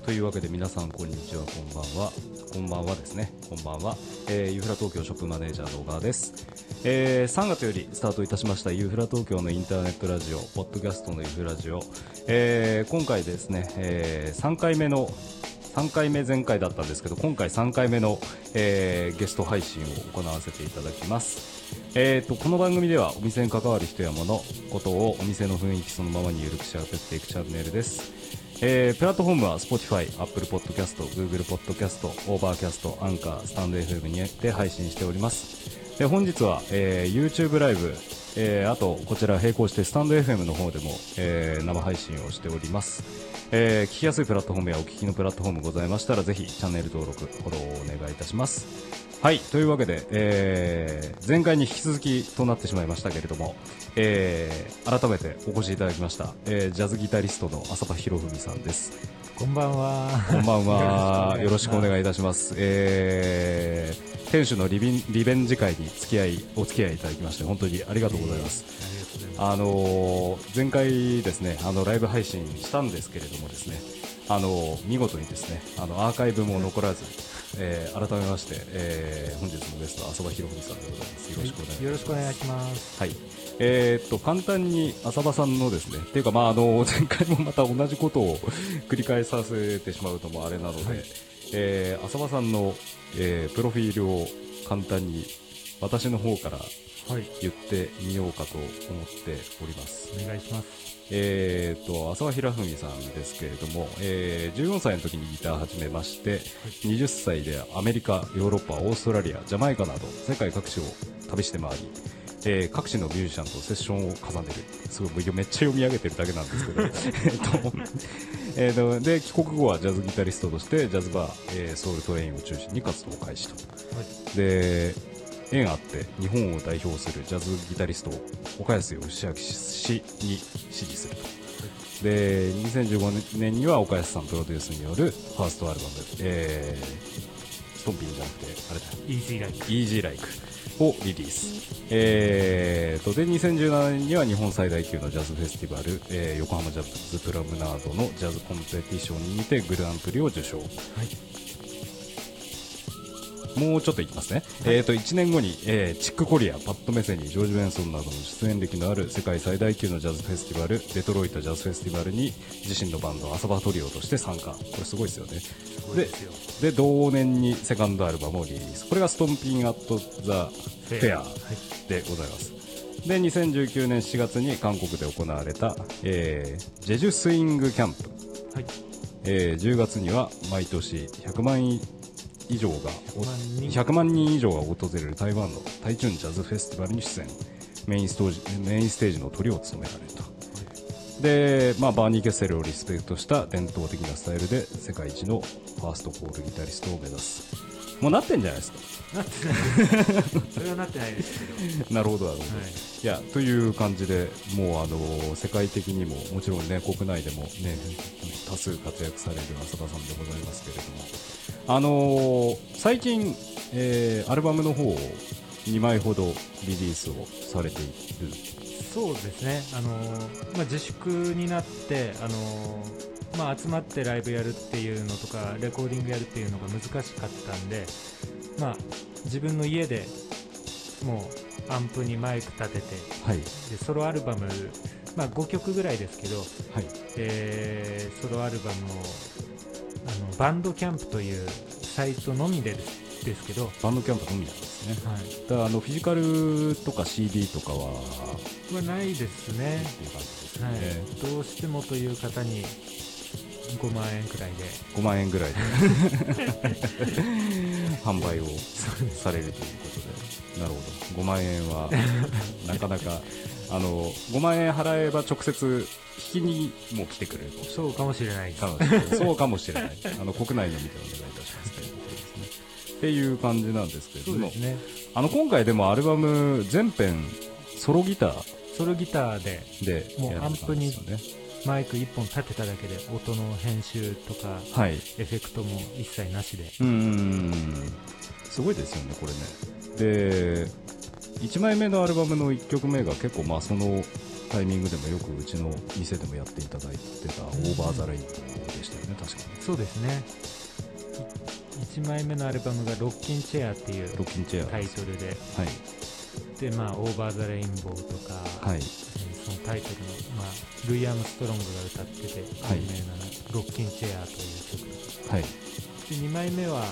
というわけで皆さんこんにちは、こんばんは。こんばんはですね。こんばんは。ユーフラ東京ショップマネージャーの小川です。3月よりスタートいたしましたユーフラ東京のインターネットラジオ、ポッドキャストのユーフラジオ。今回ですね、3回目前回だったんですけど、今回3回目の、ゲスト配信を行わせていただきます。この番組ではお店に関わる人や物ことをお店の雰囲気そのままにゆるくしゃべっていくチャンネルです。プラットフォームは Spotify、Apple Podcast、Google Podcast、Overcast、Anchor、StandFM にて配信しております。本日は、YouTube ライブ、あとこちら並行して StandFM の方でも、生配信をしております。聞きやすいプラットフォームやお聞きのプラットフォームございましたらぜひチャンネル登録、フォローをお願いいたします。はい、というわけで、前回に引き続きとなってしまいましたけれども、改めてお越しいただきました、ジャズギタリストの浅場博文さんです。 こんばんは。 こんばんは。よろしくお願いいたします。店主のリベンジ会にお付き合いいただきまして本当にありがとうございます。前回ですね、ライブ配信したんですけれどもですね、見事にですね、アーカイブも残らず、改めまして、本日のゲスト浅場博文さんでございます。よろしくお願いします。 よろしくお願いします。 はい。簡単に浅場さんのですね、っていうか前回もまた同じことを繰り返させてしまうともあれなので、はい、浅場さんの、プロフィールを簡単に私の方から言ってみようかと思っております。 お願いします。 浅場博文さんですけれども、14歳の時にギターを始めまして、20歳でアメリカ、ヨーロッパ、オーストラリア、ジャマイカなど世界各地を旅して回り、各地のミュージシャンとセッションを重ねる、すごいめっちゃ読み上げてるだけなんですけどで帰国後はジャズギタリストとしてジャズバー、ソウルトレインを中心に活動を開始と、で縁あって日本を代表するジャズギタリスト岡安義明氏に支持すると、で2015年には岡安さんプロデュースによるファーストアルバム、ストンピンじゃなくてあれだ Easy Like をリリース、で2017年には日本最大級のジャズフェスティバル、横浜ジャズプラムナードのジャズコンペティションにてグランプリを受賞、もうちょっといきますね、1年後に、チックコリア、パッド・メセニー、ジョージ・ベンソンなどの出演歴のある世界最大級のジャズフェスティバルデトロイトジャズフェスティバルに自身のバンド浅場トリオとして参加、これすごいですよね。で同年にセカンドアルバムをリリース、これがストンピン・アット・ザ・フェアでございます。で2019年4月に韓国で行われた、ジェジュスイングキャンプ、10月には毎年100万人以上が訪れる台湾の台中ジャズフェスティバルに出演、メインステージのトリを務められると、で、バーニー・ケッセルをリスペクトした伝統的なスタイルで世界一のファーストコールギタリストを目指す。もうなってんじゃないですか。 なってないですそれはなってないですけどなるほど、 いやという感じで、もう世界的にももちろんね、国内でもね多数活躍される浅場さんでございますけれども、最近、アルバムの方を2枚ほどリリースをされている。 そうですね、自粛になって、集まってライブやるっていうのとかレコーディングやるっていうのが難しかったんで、自分の家でもうアンプにマイク立てて、でソロアルバム、5曲ぐらいですけど、ソロアルバムをバンドキャンプというサイトのみですけど、 バンドキャンプのみなんですね。だからフィジカルとか CD とかはないですね。 っていう感じですね。 どうしてもという方に5万円くらいで販売をされるということで、なるほど、5万円はなかなか5万円払えば直接引きにも来てくれる。 そうかもしれないです。 そうかもしれない。国内のみでお願いいたしますということですね。っていう感じなんですけれども、今回でもアルバム全編ソロギターでもうアンプにマイク1本立てただけで音の編集とか、エフェクトも一切なしで、 すごいですよねこれね。で1枚目のアルバムの1曲目が結構そのタイミングでもよくうちの店でもやっていただいてたオーバーザレインボーでしたよよね、確かに。 そうですね。1枚目のアルバムがロッキンチェアっていうロッキンチェアタイトルで、 はいでまあオーバーザレインボーとか、 はいそのタイトルの、まあ、ルイ・アームストロングが歌ってて有はい名なロッキンチェアという曲とか、 はいで2枚目は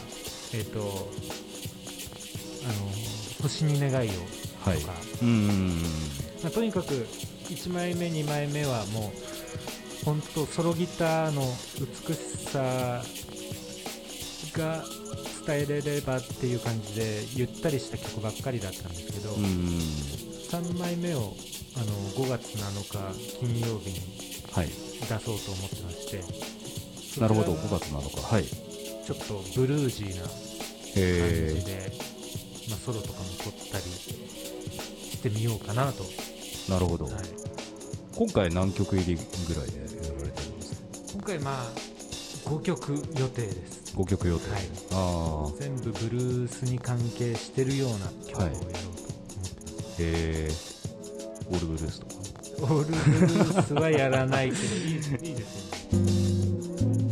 星に願いをとか、 はい、うんうんうん、 まあ、とにかく1枚目2枚目はもう本当ソロギターの美しさが伝えれればっていう感じでゆったりした曲ばっかりだったんですけど、 うんうん、 3枚目を5月7日金曜日にはい、 出そうと思ってまして、 なるほど、5月7日、はい、 ちょっとブルージーな感じで、まあ、ソロとかも撮ったりしてみようかなと。 なるほど、 はい、 今回何曲入りぐらいでやられてるんですか？ 今回まあ5曲予定です。 5曲予定、 はい、 あ全部ブルースに関係してるような曲をやろうと思ってます、 オールブルースとかオールブルースはやらないけどいいですよね。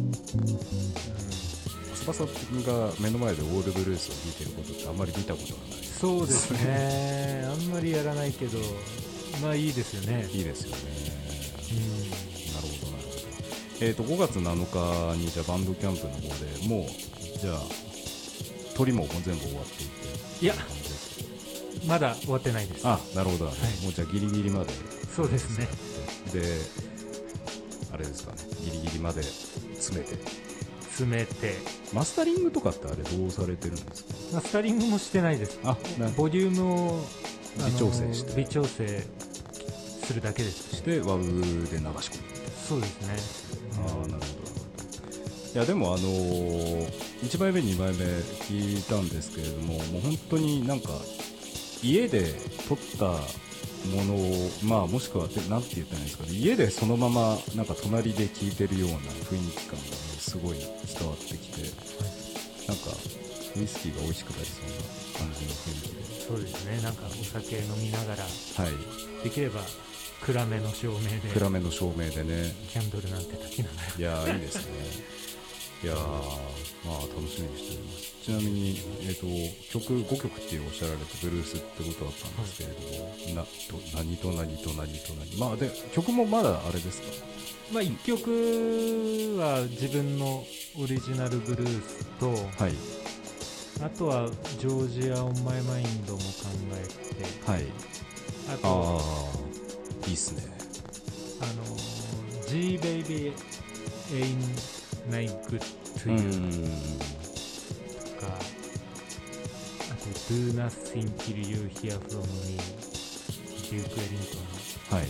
翼が目の前でオールブルースを弾いてることってあんまり見たことがない。 そうですねあんまりやらないけどまあいいですよね。 いいですよね、なるほどなるほど。5月7日にじゃあバンドキャンプの方でもうじゃあ撮りも全部終わっていて、 いやまだ終わってないです。 あ、なるほど、 はい、 もうじゃあギリギリまで。 そうですね。 であれですかね、ギリギリまで詰めてマスタリングとかってあれどうされてるんですか？ マスタリングもしてないです。ボリュームを微調整して微調整するだけです、ね、 してワウで流し込む。 そうですね。 ああ、なるほど。いやでも1枚目2枚目聞いたんですけれども、もう本当になんか家で撮ったものを、まあもしくはなんて言ったらいいんですかね、家でそのままなんか隣で聴いてるような雰囲気感が、ね、すごい伝わってきて、なんかウイスキーが美味しくなりそうな感じの雰囲気で。 そうですね。なんかお酒飲みながら、 はい、 できれば暗めの照明でキャンドルなんて焚きながら、 いやーいいですね。いやー、まあ楽しみにしております。ちなみに、曲5曲っておっしゃられてブルースってことだったんですけれども、何と何と何と何、まあで曲もまだあれですか？ まあ1曲は自分のオリジナルブルースと、 はい、 あとはジョージア・オン・マイ・マインドも考えて、 はい、 あといいっすね。 G Baby Ain't Night Good to You とか、あと Do Nothing Till You Hear From Me デューク・エリントンの、 はい、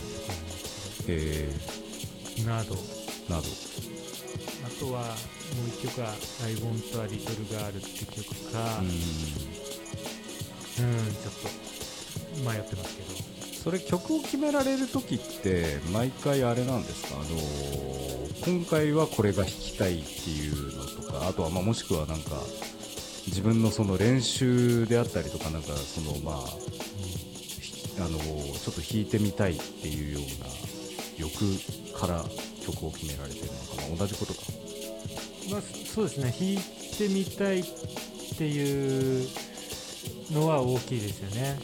など、 あとはもう一曲は I Want a Little Girl って曲か、ちょっと迷ってますけど。 それ曲を決められるときって毎回あれなんですか？今回はこれが弾きたいっていうのとか、あとはまあもしくはなんか自分のその練習であったりとか、なんかそのまあ、ちょっと弾いてみたいっていうような欲から曲を決められてるのかな。同じことか。 まあそうですね。弾いてみたいっていうのは大きいですよね。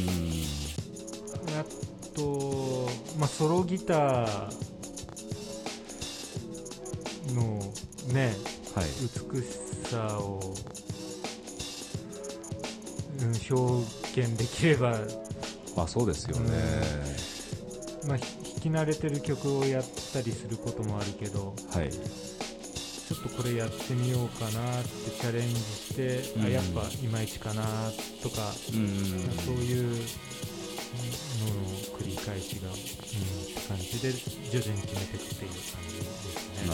あと、まあ、ソロギターのね、 はい、 美しさを、表現できれば、 まあそうですよね。 まあ、弾き慣れてる曲をやったりすることもあるけど、 はい、 ちょっとこれやってみようかなってチャレンジして、やっぱいまいちかなとか、そういうの繰り返しが、って感じで徐々に決めていくっていう感じですね。 なる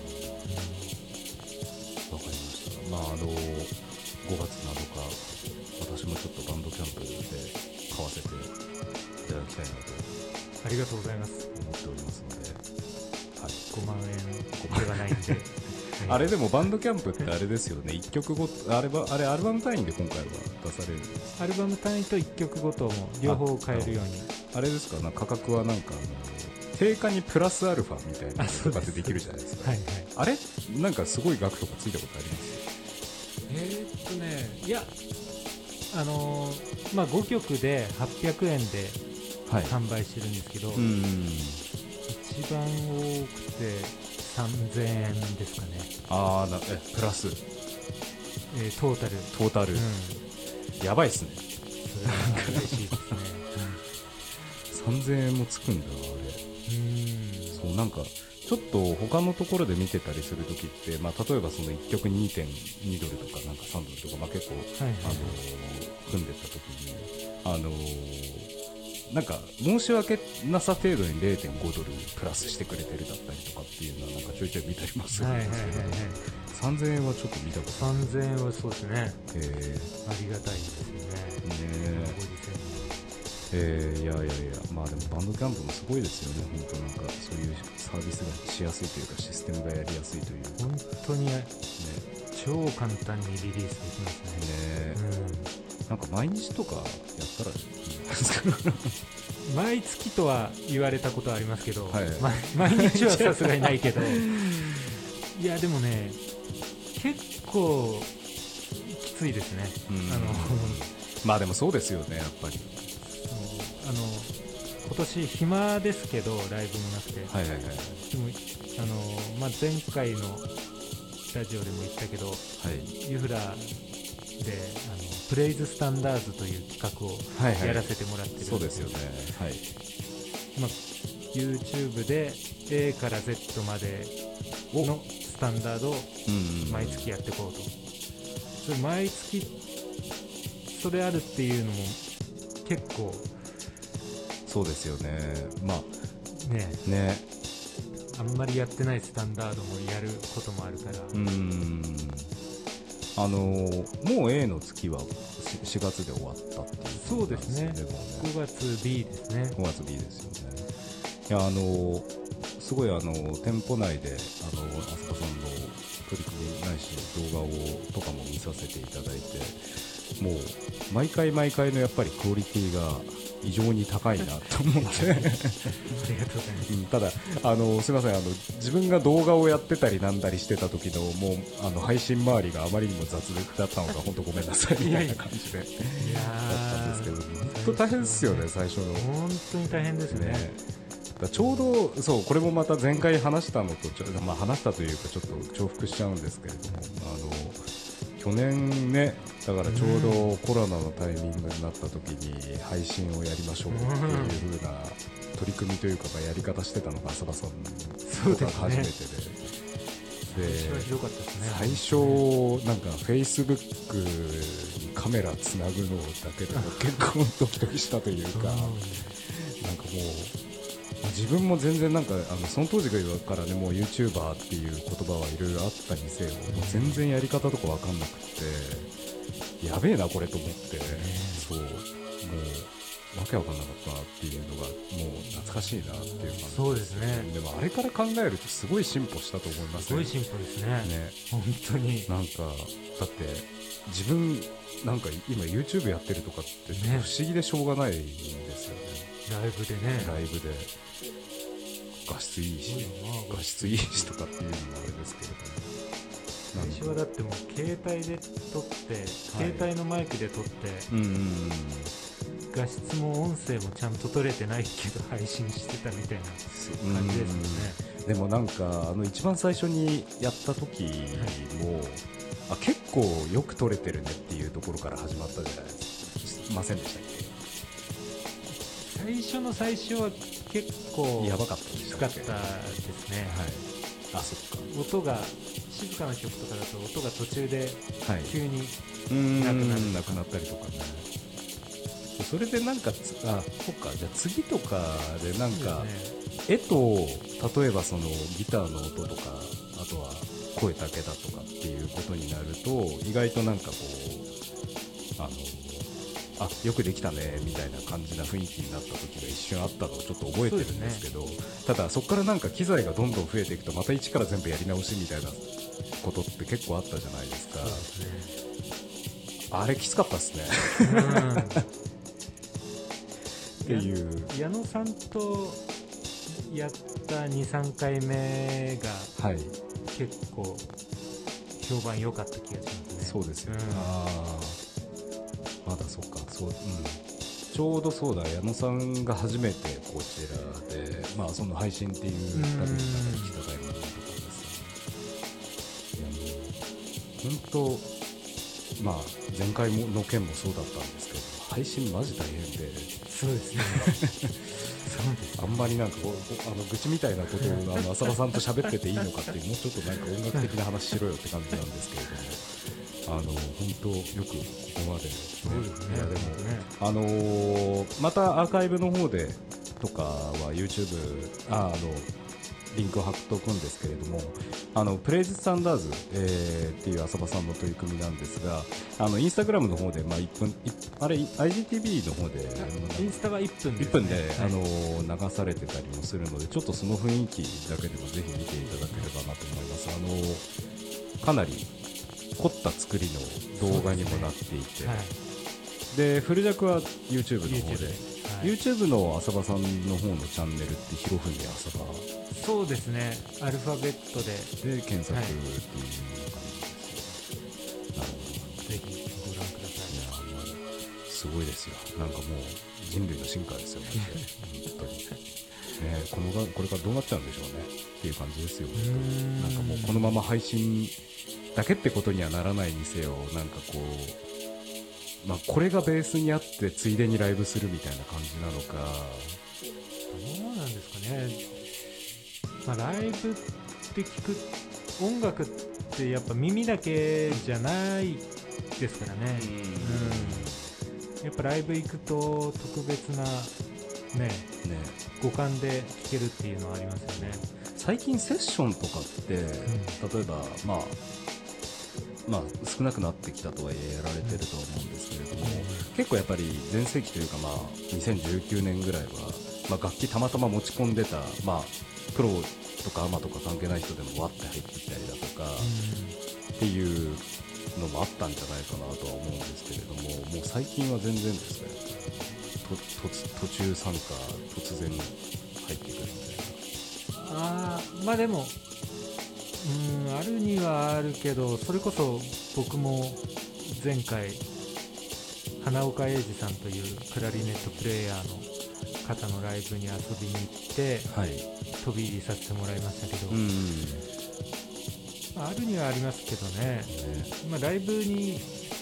ほど、わかりました。まあ5月7日、私もちょっとバンドキャンプで買わせていただきたいなと。 ありがとうございます。 思っておりますので、はい、 5万円ではないんで。 あれでもバンドキャンプってあれですよね。1曲ごとあれアルバム単位で今回は出されるんですか？ アルバム単位と1曲ごとも両方変えるように。 あれですか、価格はなんか定価にプラスアルファみたいなのとかってできるじゃないですか。 はいはい。 あれなんかすごい額とかついたことあります？ いや、まあ、5曲で800円で販売してるんですけど、一番多くて3000円ですかね。 プラス、 トータル、 やばいっすね。 それは嬉しいですね。 3000円もつくんだ、あれ。そうなんかちょっと他のところで見てたりするときって、まあ、例えばその1曲 2.2 ドルとかなんか3ドルとか、まあ、結構、組んでたときに、なんか申し訳なさ程度に 0.5 ドルプラスしてくれてるだったりとかっていうのはなんかちょいちょい見たりまするんですけど、3000円はちょっと見たことない。 3000円はそうですね、ありがたいですよね。 いや、まあでもバンドキャンプもすごいですよね。本当なんかそういうサービスがしやすいというか、システムがやりやすいというか、 本当に、超簡単にリリースできますね。 なんか毎日とかやったらいいんですか？ 毎月とは言われたことはありますけど、毎日はさすがにないけどいやでもね、結構きついですね。 まあでもそうですよね、やっぱり。 今年暇ですけどライブもなくて、でもまあ、前回のラジオでも言ったけど、ユフラでプレイズスタンダーズという企画をやらせてもらってるんです。 そうですよね。 まあ、YouTube で A から Z までのスタンダードを毎月やっていこうと。それ毎月それあるっていうのも結構そうですよね。まあね、あんまりやってないスタンダードもやることもあるから。 もう A の月は4月で終わったっていう、 そうですね。5月 B ですね。 5月 B ですよね。いや、すごい店舗内で浅香さんの取り組みないし動画とかも見させていただいて、もう毎回のやっぱりクオリティが異常に高いなと思ってありがとうございます。 ただすみません、自分が動画をやってたりなんだりしてた時のもう配信周りがあまりにも雑だったのが本当ごめんなさいみたいな感じでだったんですけど、本当大変ですよね、最初の。 本当に大変ですね。 ちょうどそうこれもまた前回話したのと話したというかちょっと重複しちゃうんですけれども、去年ね、だからちょうどコロナのタイミングになった時に配信をやりましょうっていう風な取り組みというか、やり方してたのが浅田さんとか初めてで、 最初はひどかったですね。 最初なんか Facebook にカメラつなぐのだけでも結構ドキドキしたというか、なんかもう自分も全然なんかその当時からね、もう YouTuber っていう言葉はいろいろあったにせよ、もう全然やり方とか分かんなくて、やべえなこれと思って、そうもうわけわかんなかったなっていうのがもう懐かしいなっていう感じ。 そうですね。 でもあれから考えるとすごい進歩したと思いますね。 すごい進歩ですね。本当になんかだって自分なんか今 YouTube やってるとかって不思議でしょうがないんですよね。 ライブでね、 ライブで画質いいしとかっていうのもあれですけれども、 最初はだってもう携帯で撮って、携帯のマイクで撮って、画質も音声もちゃんと撮れてないけど配信してたみたいな感じですよね。 でもなんか一番最初にやった時も、結構よく撮れてるねっていうところから始まったじゃないですか。ませんでしたっけ？ 最初は結構やばかったでしたっけ？ きつかったですね。 そっか。 音が静かな曲とかだと音が途中で急になくなったりとかね。 それでなんかそっか、じゃあ次とかでなんか絵と例えばそのギターの音とかあとは声だけだとかっていうことになると意外となんかこうよくできたねみたいな感じな雰囲気になった時が一瞬あったのをちょっと覚えてるんですけど、ただそこからなんか機材がどんどん増えていくとまた一から全部やり直しみたいなことって結構あったじゃないですか。あれきつかったですね。っていう矢野さんとやった 2,3 回目がはい、 結構評判良かった気がしますね。 そうですよね、 うんああまだそっかそう、ちょうどそうだ、矢野さんが初めてこちらで、まあ、その配信っていう旅の中に来たタイミングとかですね。いやもう本当、まあ、前回の件もそうだったんですけど、配信マジ大変で、 そうですねそうですあんまりなんか愚痴みたいなことを浅田さんと喋ってていいのかっていう、もうちょっとなんか音楽的な話しろよって感じなんですけれども、本当よくここまで、 そうですね。 いやでも本当ねまたアーカイブの方でとかは YouTube リンクを貼っとくんですけれども、プレイズスタンダーズ、っていう浅場さんの取り組みなんですが、インスタグラムの方で、まあ、1分あれ IGTV の方でインスタは1分です、ね、 1分で、 はい流されてたりもするので、ちょっとその雰囲気だけでもぜひ見ていただければなと思います。かなり凝った作りの動画にもなっていて、 はい、 でフル尺は YouTube の方 YouTube で、 はい、 YouTube の浅場さんの方のチャンネルってひろふみ浅場そうですね、アルファベットでで検索っていう感じですよ、なるほど。 ぜひご覧ください。 いやもうすごいですよ、なんかもう人類の進化ですよ、本当にね、これからどうなっちゃうんでしょうねっていう感じですよ。なんかもうこのまま配信だけってことにはならないにせよ、なんかこう、まあ、これがベースにあってついでにライブするみたいな感じなのか、 どうなんですかね。まあ、ライブって聞く音楽ってやっぱ耳だけじゃないですからね。やっぱライブ行くと特別なね五感で聴けるっていうのはありますよね。 最近セッションとかって、例えばまあ少なくなってきたとはいえやられてると思うんですけれども、結構やっぱり前世紀というか、まあ、2019年ぐらいは、まあ、楽器たまたま持ち込んでた、まあ、プロとかアマとか関係ない人でもわって入ってきたりだとか、っていうのもあったんじゃないかなとは思うんですけれども、もう最近は全然ですか、やっぱり途中参加突然入ってくるみたいな。 まあでもあるにはあるけど、それこそ僕も前回花岡英二さんというクラリネットプレーヤーの方のライブに遊びに行って、 はい、 飛び入りさせてもらいましたけど、あるにはありますけどね、まあ、ライブに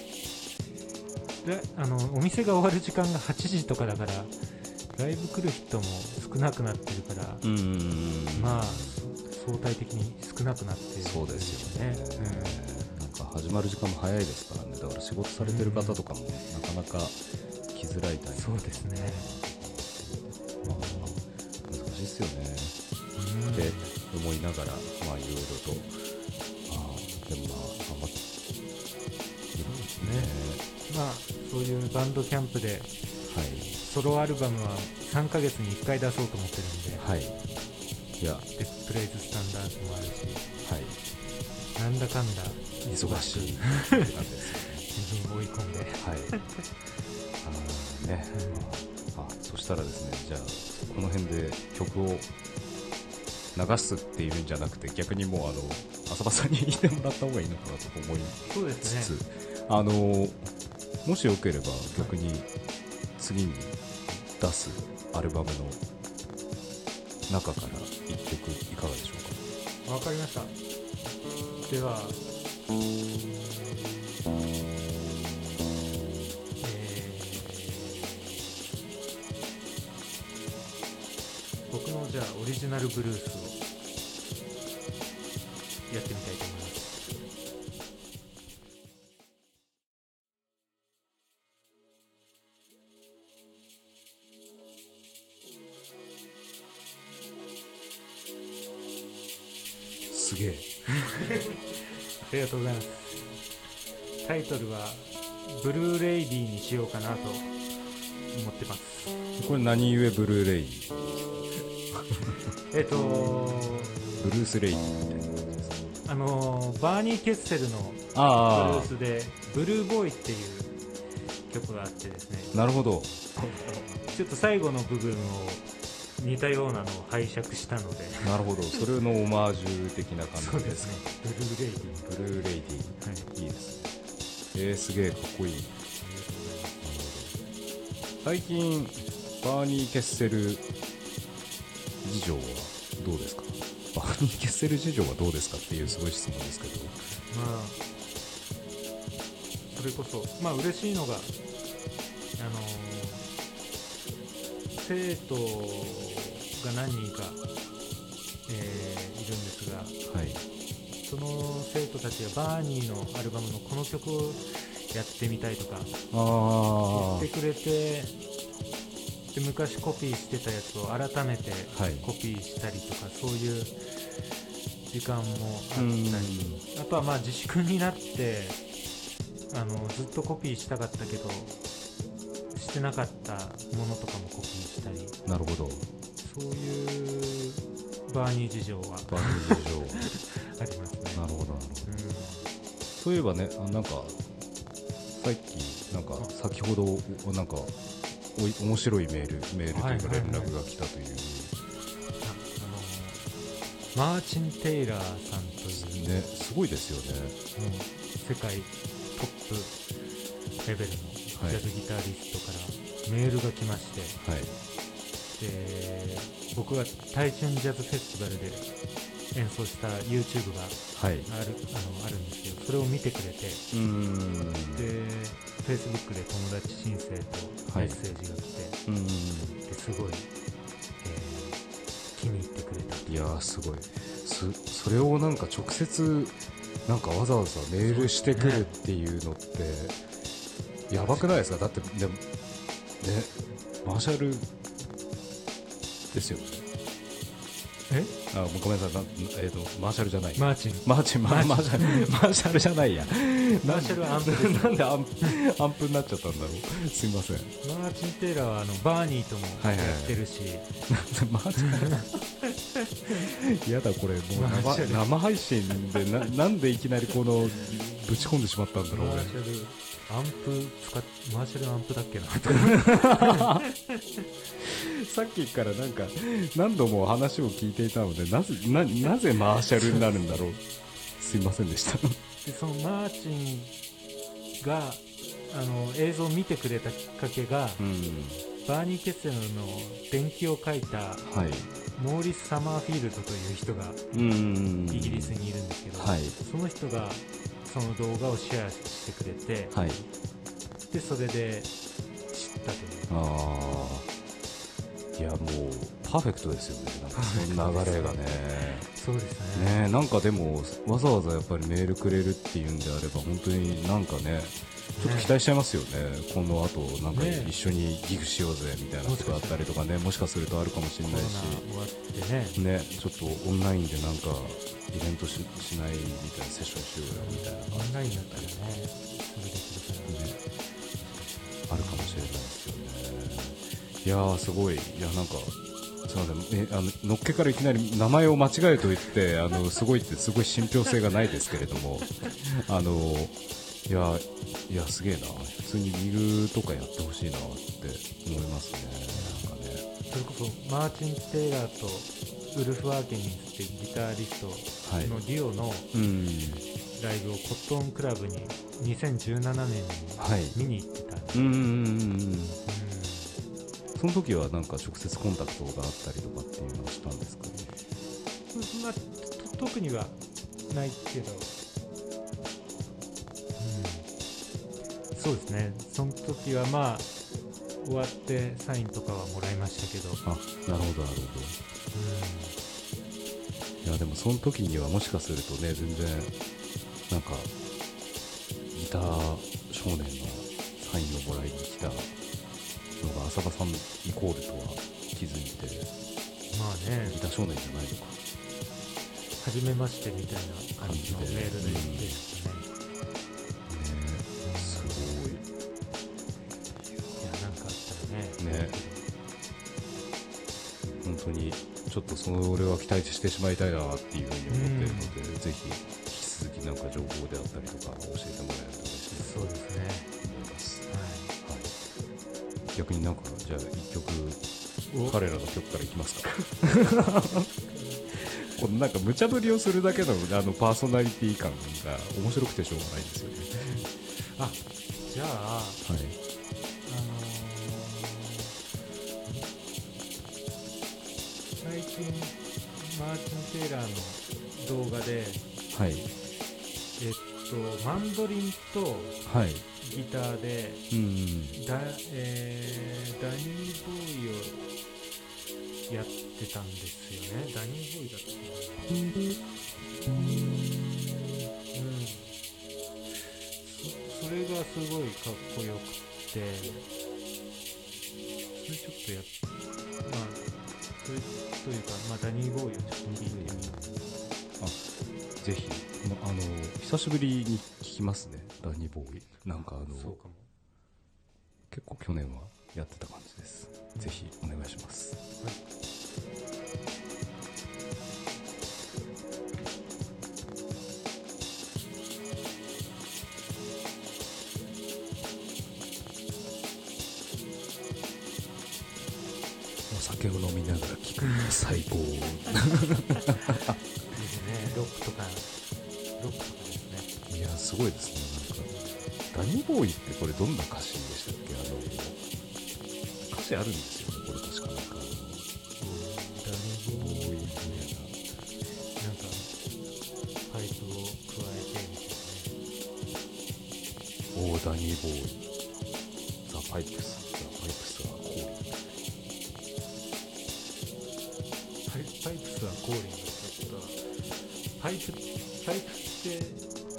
お店が終わる時間が8時とかだから、ライブ来る人も少なくなってるから、まあ相対的に少なくなってる、 そうですよね、なんか始まる時間も早いですからね。だから仕事されてる方とかもなかなか来づらいタイミング、 そうですね、 まあ、難しいですよね、って思いながら、まあいろいろと、でもまあ頑張っているんですね。 まあそういうバンドキャンプで、 はい、 ソロアルバムは3ヶ月に1回出そうと思ってるんで、 はい、いやでプレイズスタンダードもあるし、 はい、 なんだかんだ忙しいなんですよね。 自分を追い込んで、 はいね、そしたらですね、じゃあこの辺で曲を流すっていうんじゃなくて、逆にもう浅場さんに言ってもらった方がいいのかなと思いつつ、もしよければ逆に次に出すアルバムの中から1曲いかがでしょうか。 わかりました。では、僕のじゃあオリジナルブルースをやってみたいと思います。 すげえありがとうございます。タイトルはブルーレイディにしようかなと思ってます。 これ何故ブルーレイブルースレイディみたいな感じですか。 バーニー・ケッセルのブルースでブルーボーイっていう曲があってですね、 なるほど。 ちょっと最後の部分を似たようなのを拝借したので。 なるほど、それのオマージュ的な感じでそうですすね。ブルーレイディー。 ブルーレイディはい。 いいですね。すげえかっこいい。最近バーニー・ケッセル事情はどうですか？バーニー・ケッセル事情はどうですかっていうすごい質問ですけど。 まあそれこそまあ嬉しいのが生徒が何人か、いるんですが、 はい。 その生徒たちがバーニーのアルバムのこの曲をやってみたいとかあ言ってくれて、で昔コピーしてたやつを改めてはいコピーしたりとか、そういう時間もあったうり、 んあとはまあ自粛になってずっとコピーしたかったけどしてなかったものとかもコピーしたり、 なるほど。 そういうバーニー事情はバーニー事情ありますね。 なるほどなるほど。 うんそういえばね、なんかさっきなんか先ほどなんか面白いメールというか連絡が来たという、 マーチン・テイラーさんという、 ね、すごいですよね。 もう世界トップレベルのジはいャズギタリストからメールが来まして、 はいで僕がタイチュンジャズフェスティバルで演奏した YouTube がはい。 あるんですけど、それを見てくれて、で Facebook で友達申請とメッセージが来て、ですごい、気に入ってくれた。 いやーすごい。それをなんか直接なんかわざわざメールしてくるっていうのってやばくないですか？だってでもね、マーシャルですよね。ごめんなさい、マーシャルじゃない。 マーチンマーシャルじゃないや。 マーシャルアンプですなんでアンプになっちゃったんだろう。すいません。 マーチン・テイラーはバーニーともやってるし、 マーシャルやだこれもう生配信でなんでいきなりこのぶち込んでしまったんだろう。 マーシャルアンプマーシャルアンプだっけなさっきからなんか何度も話を聞いていたのでなぜマーシャルになるんだろう。すいませんでした。 でそのマーチンが映像を見てくれたきっかけが、バーニー・ケッセルの伝記を書いた、 はい、 モーリス・サマーフィールドという人がイギリスにいるんですけど、その人がその動画をシェアしてくれて、でそれで知ったという。 いやもうパーフェクトですよね。なんかその流れがね。 そうですね。 なんかでもわざわざやっぱりメールくれるっていうんであれば本当になんかねちょっと期待しちゃいますよね。この後なんか一緒にギフしようぜみたいなことがあったりとかね、もしかするとあるかもしれないし、 終わってね、 ちょっとオンラインでなんかイベントしないみたいなセッションしようよみたいなオンラインだったらね、それできるからね、 あるかもしれないですよね。いやーすごい。いやなんかすみません、のっけからいきなり名前を間違えと言ってすごいってすごい信憑性がないですけれどもいやすげえな。普通にリグとかやってほしいなって思いますね。なんかね、 それこそマーチン・テイラーとウルフ・アーケニンスってギタリストのデュオのライブをコットンクラブに2017年に見に行ってたんです。 その時はなんか直接コンタクトがあったりとかっていうのをしたんですかね。 まあ、特にはないけど、そうですね。その時はまあ終わってサインとかはもらいましたけど。 なるほど。いやでもその時にはもしかするとね全然なんかギター少年のサインをもらいに来たのが浅場さんイコールとは気づいて、 まあね、 ギター少年じゃないのか、 初めましてみたいな感じのメールでですね。 すごい。 いやなんかあったらね。 本当にちょっとそれは期待してしまいたいなっていうふうに思っているので、ぜひ引き続きなんか情報であったりとか教えてもらえると嬉しいです。 そうですね。 思います。逆になんかじゃあ一曲彼らの曲からいきますか。このなんか無茶ぶりをするだけのパーソナリティ感が面白くてしょうがないんですよね。 あ、じゃあ、 はい、 最近マーチン・テイラーの動画で、 はい、 マンドリンとはい、 ギターで、ダニー・ボーイをやってたんですよね。ダニー・ボーイだったかな。それがすごいかっこよくて、それちょっとまあそれというか、まあ、ダニー・ボーイをちょっと聞いてみます。 ぜひ、久しぶりに聞きますね、ダニー・ボーイ。なんかそうかも。 結構去年はやってた感じです。ぜひお願いします。 はい。 お酒を飲みながら聴く最高。 ですね。ロックとかですね。 いやすごいですね。なんかダニーボーイってこれどんな歌詞でしたっけ？歌詞あるんですよね。これ確かなんかダニーボーイみたいなんかパイプを加えてみたいなね。 な。ダニーボーイ。ザ・パイプスはコーリー。 パイプスはコーリングってことは、パイプって違う？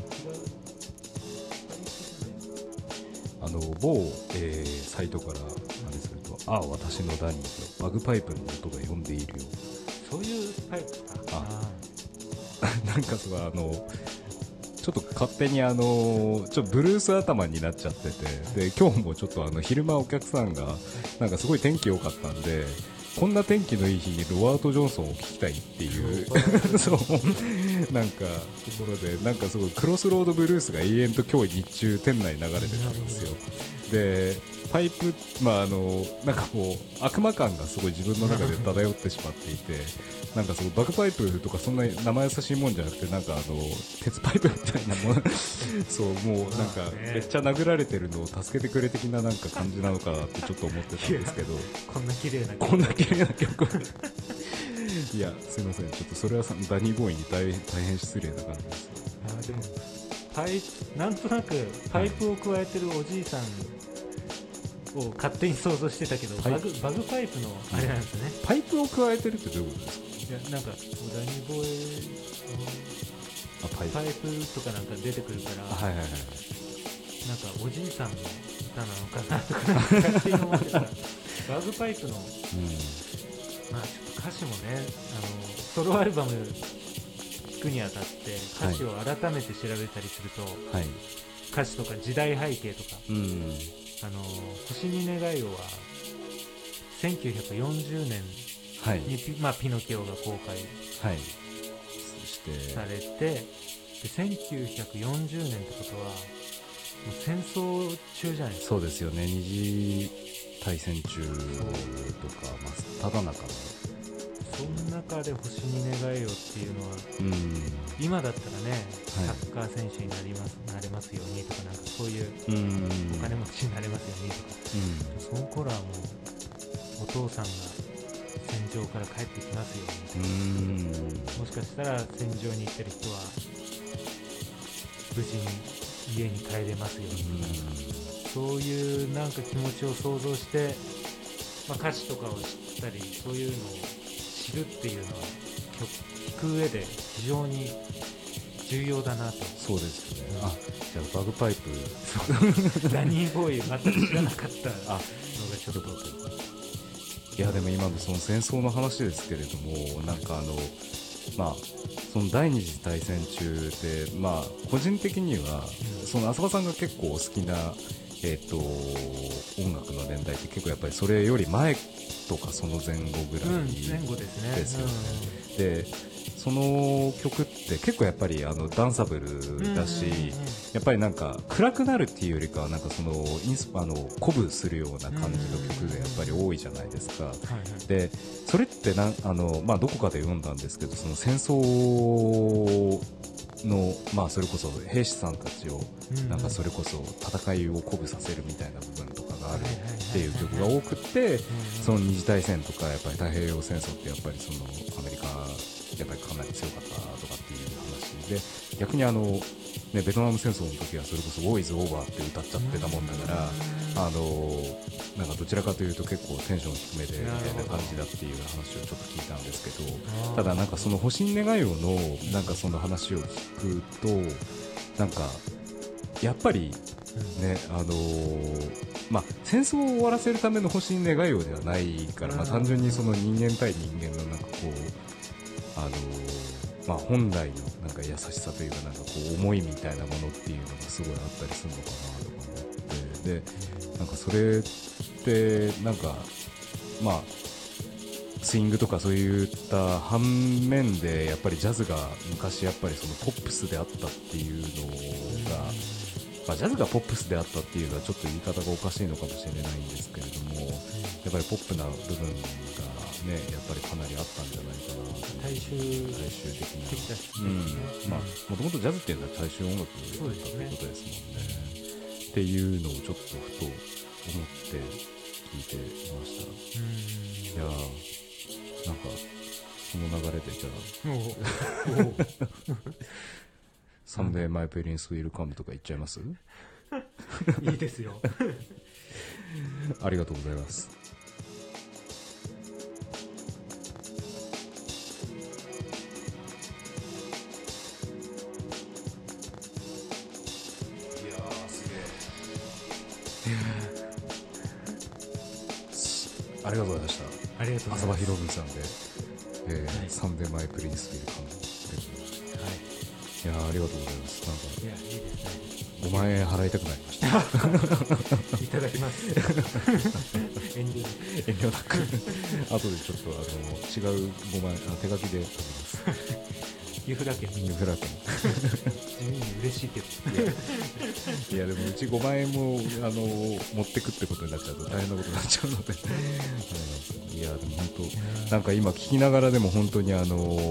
某、サイトからあれすると、ああ私のダニーとバグパイプの音が呼んでいるよ。 そういうパイプか。 なんかちょっと勝手にちょっとブルース頭になっちゃってて、で今日もちょっと昼間お客さんがなんかすごい天気良かったんで、こんな天気のいい日にロワート・ジョンソンを聴きたいっていうそうなんかところで、なんかすごいクロスロードブルースが永遠と今日日中店内に流れてたんですよ。でパイプ、なんかもう悪魔感がすごい自分の中で漂ってしまっていて、なんかそのバグパイプとかそんな生優しいもんじゃなくて、なんか鉄パイプみたいなものそうもうなんかめっちゃ殴られてるのを助けてくれ的ななんか感じなのかなってちょっと思ってたんですけど、 こんな綺麗な曲いやすいません、ちょっとそれはダニーボーイに大変失礼な感じです。 でもなんとなくパイプを加えてるおじいさんを勝手に想像してたけど、バグパイプのあれなんですね。 パイプを加えてるってどういうことですか？ いやなんかダニーボーイパイプとかなんか出てくるから、なんかおじいさんの歌なのかなとか勝手に思ってたらバグパイプの、まあちょっと歌詞もね、ソロアルバム聴くにあたって歌詞を改めて調べたりすると、歌詞とか時代背景とか、星に願いをは1940年に、ピノキオが公開されて、で1940年ってことはもう戦争中じゃないですか。 そうですよね、二次大戦中とか、ただ中のその中で星に願いをっていうのは、今だったらね、サッカー選手になれますようにとか、なんかそういうお金持ちになれますようにとか、その頃はもうお父さんが戦場から帰ってきますようにとか、もしかしたら戦場に行ってる人は無事に家に帰れますようにとか、そういうなんか気持ちを想像して、歌詞とかを知ったり、そういうのを知るっていうのは聴く上で非常に重要だなと。 そうですよね。じゃあバグパイプダニーボーイ全く知らなかったのがちょっといやでも今のその戦争の話ですけれども、なんかその第二次大戦中で、個人的には、その浅場さんが結構好きな音楽の年代って結構やっぱりそれより前とかその前後ぐらい前後ですね。 ですよね。でその曲って結構やっぱりダンサブルだし、やっぱりなんか暗くなるっていうよりかはなんかその鼓舞するような感じの曲がやっぱり多いじゃないですか。でそれってまあ、どこかで読んだんですけど、その戦争の、まあ、それこそ兵士さんたちをなんかそれこそ戦いを鼓舞させるみたいな部分とかがあるっていう曲が多くって、その二次大戦とかやっぱり太平洋戦争ってやっぱりそのアメリカやっぱりかなり強かったとかっていう話で、逆にね、ベトナム戦争の時はそれこそ War is over って歌っちゃってたもんだから、なんかどちらかというと結構テンション低めでみたいな感じだっていう話をちょっと聞いたんですけど、ただなんかその星に願いをのなんかその話を聞くと、なんかやっぱりね、まあ、戦争を終わらせるための星に願いをではないから、まあ、単純にその人間対人間のなんかこう、まあ、本来のなんか優しさというかなんかこう思いみたいなものっていうのがすごいあったりするのかなとか思って、でなんかそれってなんかまあスイングとかそういった反面でやっぱりジャズが昔やっぱりそのポップスであったっていうのが、まあ、ジャズがポップスであったっていうのはちょっと言い方がおかしいのかもしれないんですけれども、やっぱりポップな部分がねやっぱりかなりあったんじゃないかなと。 大衆的な、まあもともとジャズっていうのは大衆音楽だったということですもんね。っていうのをちょっとふと思って聞いていました。いやなんかその流れでじゃあサンデーマイペリンスウィルカムとか言っちゃいます？ いいですよ。 ありがとうございます。いやーすげえ。ありがとうございました。 ありがとうございます。 浅場博文さんで、サンデーマイプリンスウィルカム。いやありがとうございます。なんかいやいいですね。 5万円払いたくなりました。 いただきます。遠慮なく後でちょっと違う5万円手書きで書きます。 ユフラ県。 ユフラ県。 地味に嬉しいけど。 いやでもうち5万円も持ってくってことになっちゃうと大変なことになっちゃうので。いやでも本当なんか今聞きながらでも本当に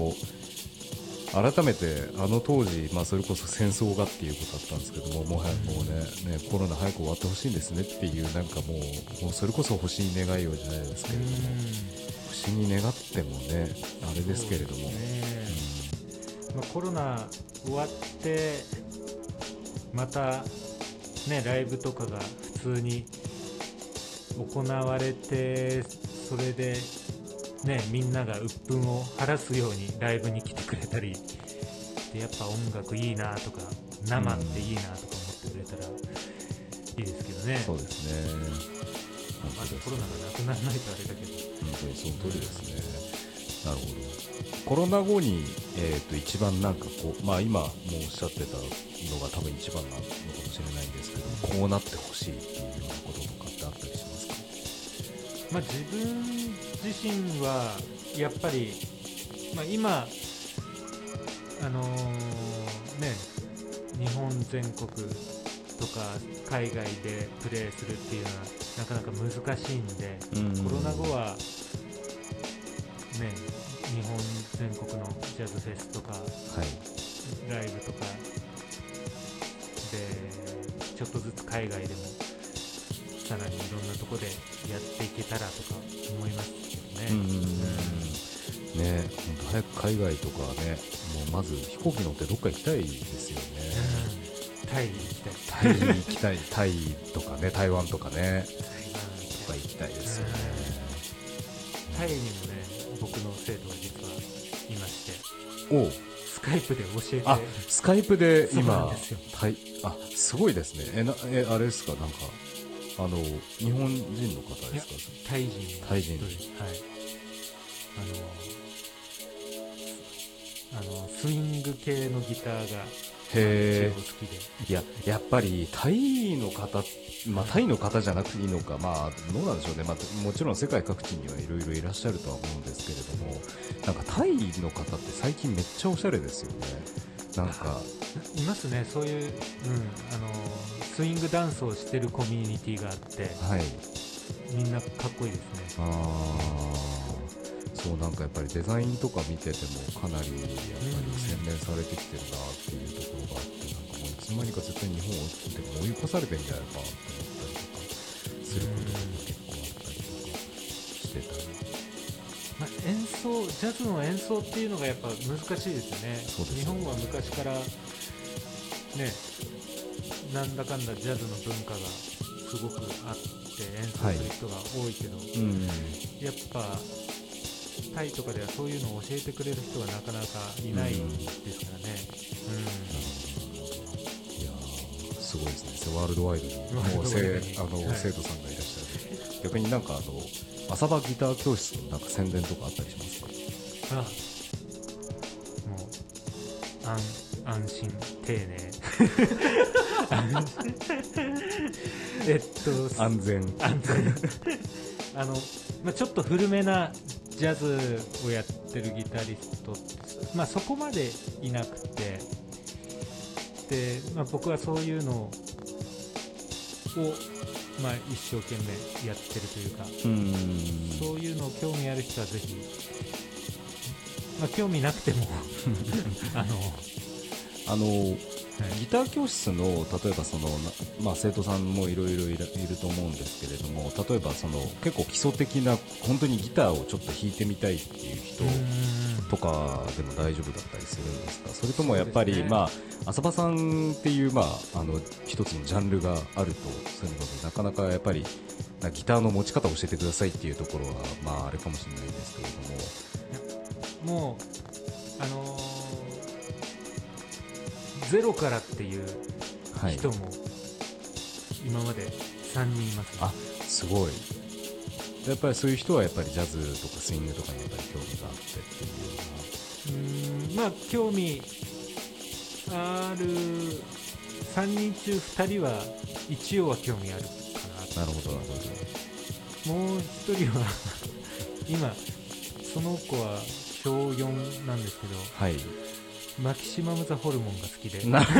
改めて当時、まあ、それこそ戦争がっていうことだったんですけども、もう早くもうねコロナ早く終わってほしいんですねっていうなんかもうそれこそ星に願いようじゃないですけれども、星に願ってもねあれですけれども、 まあ、コロナ終わってまたねライブとかが普通に行われて、それでね、みんなが鬱憤を晴らすようにライブに来てくれたりで、やっぱ音楽いいなとか生っていいなとか思ってくれたらいいですけどね。 そうですね。 まずコロナがなくならないとあれだけど、 本当にその通りですね。なるほど。コロナ後に、一番なんかこう、まあ今もおっしゃってたのが多分一番なのかもしれないんですけど、こうなってほしいっていうようなこととかってあったりしますか？ まあ、自分自身はやっぱり、まあ、今ね、日本全国とか海外でプレーするっていうのはなかなか難しいんで、コロナ後はね、日本全国のジャズフェスとか、ライブとかでちょっとずつ海外でもさらにいろんなとこでやっていけたらとか思いますけどね。 ね、本当早く海外とかね、もうまず飛行機乗ってどっか行きたいですよね。 タイ行きたい。 タイ行きたい。タイとかね、台湾とかね、とか行きたいですよね。 タイにもね、僕の生徒が実はいまして、スカイプで教えて。 スカイプで今、すごいですね。あれですか、なんか日本人の方ですか？ タイ人。はい。スイング系のギターがへ一応好きで。 いや、やっぱりタイの方、タイの方じゃなくていいのか、どうなんでしょうね、もちろん世界各地にはいろいろいらっしゃるとは思うんですけれども、なんかタイの方って最近めっちゃおしゃれですよね。なんかいますね、そういう、スイングダンスをしてるコミュニティがあって、 はい、 みんなかっこいいですね。 そう、なんかやっぱりデザインとか見ててもかなりやっぱり洗練されてきてるなっていうところがあって、なんかもういつの間にか絶対日本を追い越されてんじゃないかなって思ったりとかすることが結構あったりとかしてたり、 演奏、ジャズの演奏っていうのがやっぱ難しいですよね。 そうですね。 日本は昔からね、なんだかんだジャズの文化がすごくあって演奏する人が多いけど、やっぱタイとかではそういうのを教えてくれる人がなかなかいないですからね。 いやすごいですね。ワールドワイドにもう生徒さんがいらっしゃる。逆になんか浅場ギター教室のなんか宣伝とかあったりしますか？ もう安心丁寧安全ちょっと古めなジャズをやってるギタリスト、そこまでいなくて、で、僕はそういうのを、一生懸命やってるというか、そういうのを興味ある人はぜひ、興味なくてもギター教室の例えば生徒さんもいろいろいると思うんですけれども、例えば結構基礎的な本当にギターをちょっと弾いてみたいっていう人とかでも大丈夫だったりするんですか？それともやっぱり、浅場さんっていう一つのジャンルがあるとするので、なかなかやっぱりギターの持ち方を教えてくださいっていうところはあれかもしれないんですけれども、 もうゼロからっていう人も今まで3人いますね。 あ、すごい。やっぱりそういう人はやっぱりジャズとかスイングとかにやっぱり興味があってっていうのは、 興味ある3人中2人は一応は興味あるかな。 なるほどなるほど。もう1人は今その子は小4なんですけど、 はい、 マキシマム・ザ・ホルモンが好きでなる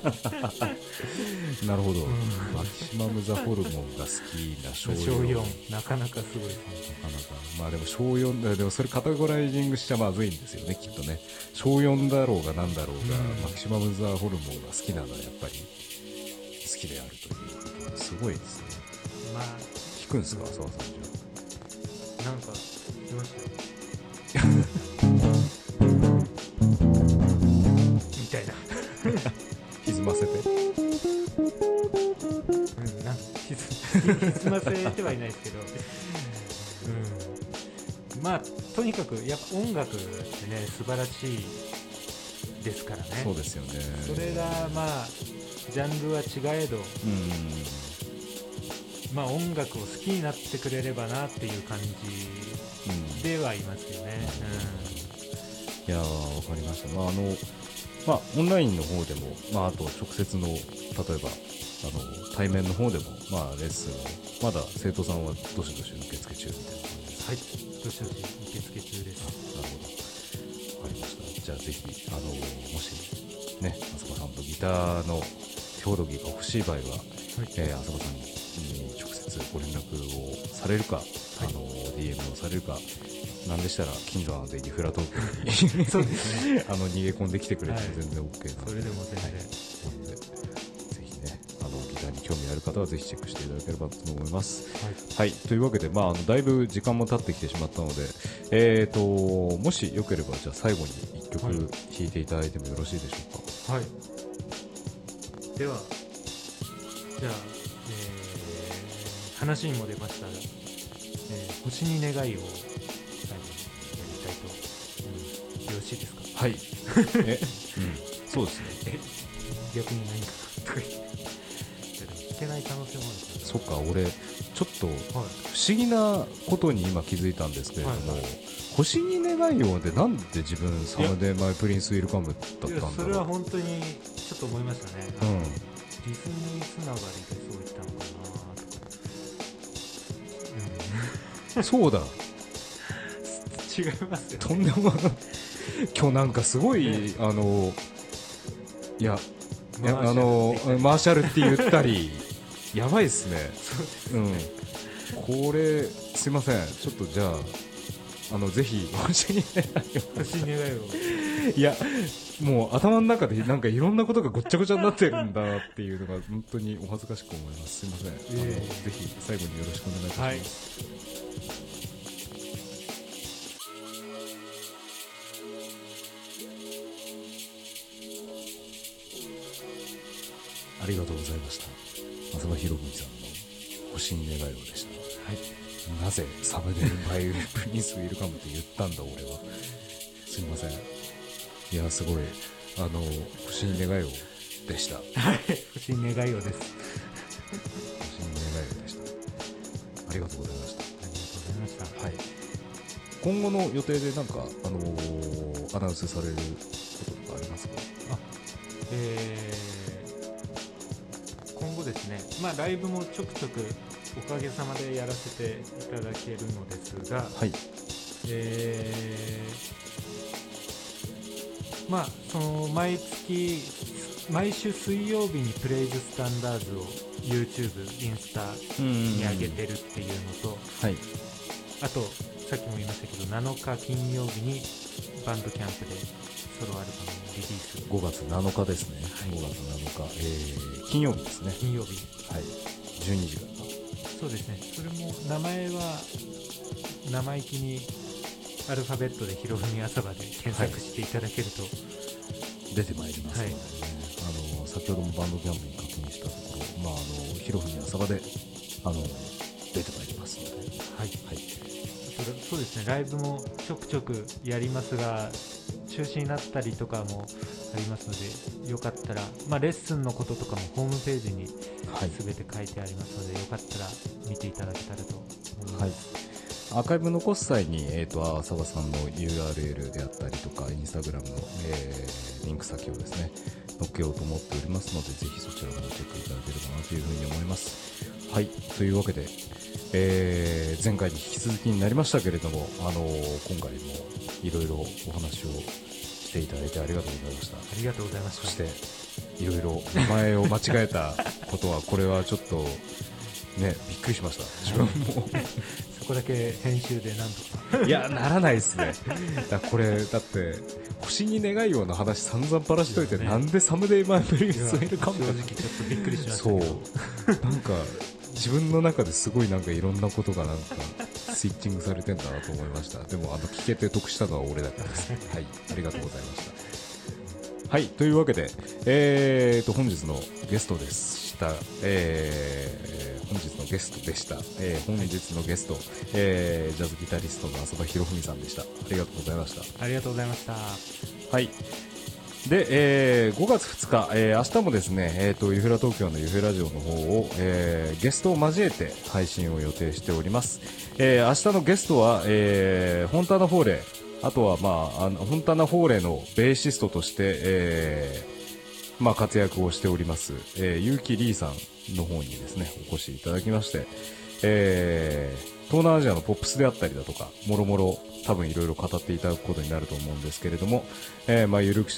ほど、マキシマム・ザ・ホルモンが好きな小4、 なかなかすごいですね。 なかなか、でも小4でもそれカテゴライジングしちゃまずいんですよね、きっとね。小4だろうがなんだろうが、マキシマム・ザ・ホルモンが好きなのはやっぱり好きであるということですごいですね。弾くんですか、浅輪さん。じゃなんか弾きましたよみたいな歪ませて歪ませてはいないですけど、とにかくやっぱ音楽ってね素晴らしいですからね。 そうですよね。 それがジャンルは違えど、音楽を好きになってくれればなっていう感じではいますよね。 いやー、わかりました。オンラインの方でも、あと直接の例えば対面の方でも、レッスンをまだ生徒さんはどしどし受付中みたいな感じです。 はい、どしどし受付中です。 なるほど、わかりました。じゃあぜひもしね、浅場さんとギターの手ほどきが欲しい場合は、浅場さんに直接ご連絡をされるか、DM をされるか、なんでしたら近所なのでユフラ東京にそうですね逃げ込んできてくれても全然 OK なので、 それでも全然、 なのでぜひね、ギターに興味ある方はぜひチェックしていただければと思います。はい、というわけで、だいぶ時間も経ってきてしまったので、もしよければじゃあ最後に1曲弾いていただいてもよろしいでしょうか。はい、 ではじゃあ、話にも出ました、星に願いをよろしいですか。 はいそうですね。 逆に何かとか言って弾けない可能性もあるから。 そっか、俺ちょっと不思議なことに今気づいたんですけれども、 星に願いようでなんで自分サムデーマイプリンスウィルカムだったんだろう。 それは本当にちょっと思いましたね。 うん、 ディズニーつながりでそう言ったのかなとか、 そうだ違いますよね。 とんでもない今日なんかすごい、 ね、 いやマーシャルって言ったりやばいっすね。 そうですね、 これすいません、ちょっとじゃあぜひ星に願いを星に願いをいやもう頭の中でなんかいろんなことがごっちゃごちゃになってるんだなっていうのが本当にお恥ずかしく思います。すいません、ぜひ最後によろしくお願いいたします。はい、ありがとうございました。浅場博文さんの星に願いをでした。はい、なぜサムデーマイプリンスウィルカムって言ったんだ俺は。すみません。いやすごい星に願いをでした。 はい、星に願いをです。 星に願いをでした。ありがとうございました。 ありがとうございました。 はい。今後の予定でなんかアナウンスされることとかありますか？ 今後ですね、ライブもちょくちょくおかげさまでやらせていただけるのですが、はい、その毎週水曜日にプレイズスタンダーズを YouTube、インスタに上げてるっていうのと、はい、あとさっきも言いましたけど7日金曜日にバンドキャンプでソロアルバムのリリース、 5月7日ですね。はい、5月7日、金曜日ですね。 金曜日、 はい、12時から。 そうですね。それも名前は生意気にアルファベットでひろふみ朝場で検索していただけると、はい、出てまいりますので、ね、 はい、先ほどもバンドキャンプに確認したところ、ひろふみ朝場で出てまいりますので、はい、はい、 そうですね。ライブもちょくちょくやりますが中止になったりとかもありますので、よかったら、レッスンのこととかもホームページに全て書いてありますので、よかったら見ていただけたらと思います。はい、 アーカイブ残す際に、浅場さんの URL であったりとかインスタグラムの、リンク先をですね載っけようと思っておりますので、ぜひそちらもチェックいただければなというふうに思います。はい、というわけで、前回に引き続きになりましたけれども、今回もいろいろお話をしていただいてありがとうございました。 ありがとうございました。 そしていろいろ名前を間違えたことはこれはちょっとね、びっくりしました。自分もそこだけ編集でなんとかいやならないですね。これだって星に願いような話散々ばらしといて、なんでサムデイマイプリンスウィルカム正直ちょっとびっくりしましたけど、 そうなんか自分の中ですごいなんかいろんなことがなんかスイッチングされてんだなと思いました。でも聞けて得したのは俺だけです。はい、ありがとうございました。はい、というわけで、本日のゲストでした。本日のゲストでした。本日のゲスト、ジャズギタリストの浅場博文さんでした。ありがとうございました。 ありがとうございました。 はい。で、5月2日、明日もですね、ユフラ東京のユフラジオの方を、ゲストを交えて配信を予定しております。明日のゲストは、フォンタナ・フォーレ、あとは、フォンタナ・フォーレのベーシストとして、活躍をしております、結城リーさんの方にですね、お越しいただきまして、東南アジアのポップスであったりだとか、もろもろ多分いろいろ語っていただくことになると思うんですけれども、ゆるく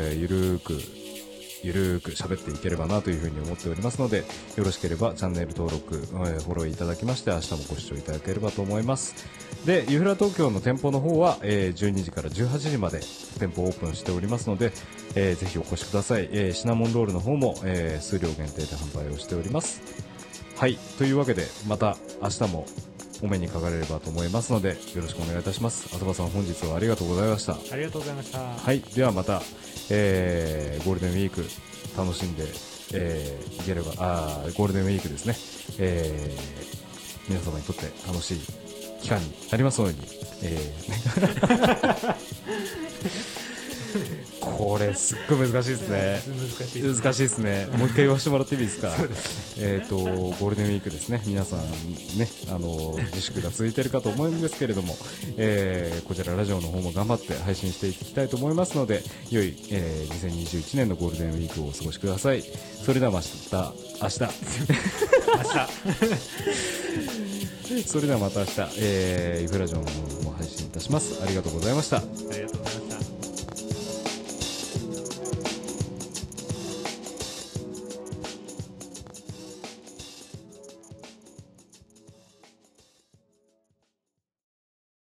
喋っていければなというふうに思っておりますので、よろしければチャンネル登録、フォローいただきまして、明日もご視聴いただければと思います。で、ユフラ東京の店舗の方は、12時から18時まで店舗オープンしておりますので、ぜひお越しください。シナモンロールの方も、数量限定で販売をしております。はい、というわけでまた明日もお目にかかれればと思いますので、よろしくお願いいたします。浅場さん、本日はありがとうございました。 ありがとうございました。 はい、ではまた、ゴールデンウィーク楽しんで、いければ、ゴールデンウィークですね、皆様にとって楽しい期間になりますので、ここれすっごい難しいですね。 難しいですね。 難しいですね。もう一回言わせてもらっていいですか。ゴールデンウィークですね。皆さんね、自粛が続いているかと思うんですけれども、こちらラジオの方も頑張って配信していきたいと思いますので、良い、2021年のゴールデンウィークをお過ごしください。それではまた明日それではまた明日、イフラジオの方も配信いたします。ありがとうございました。 ありがとうございました。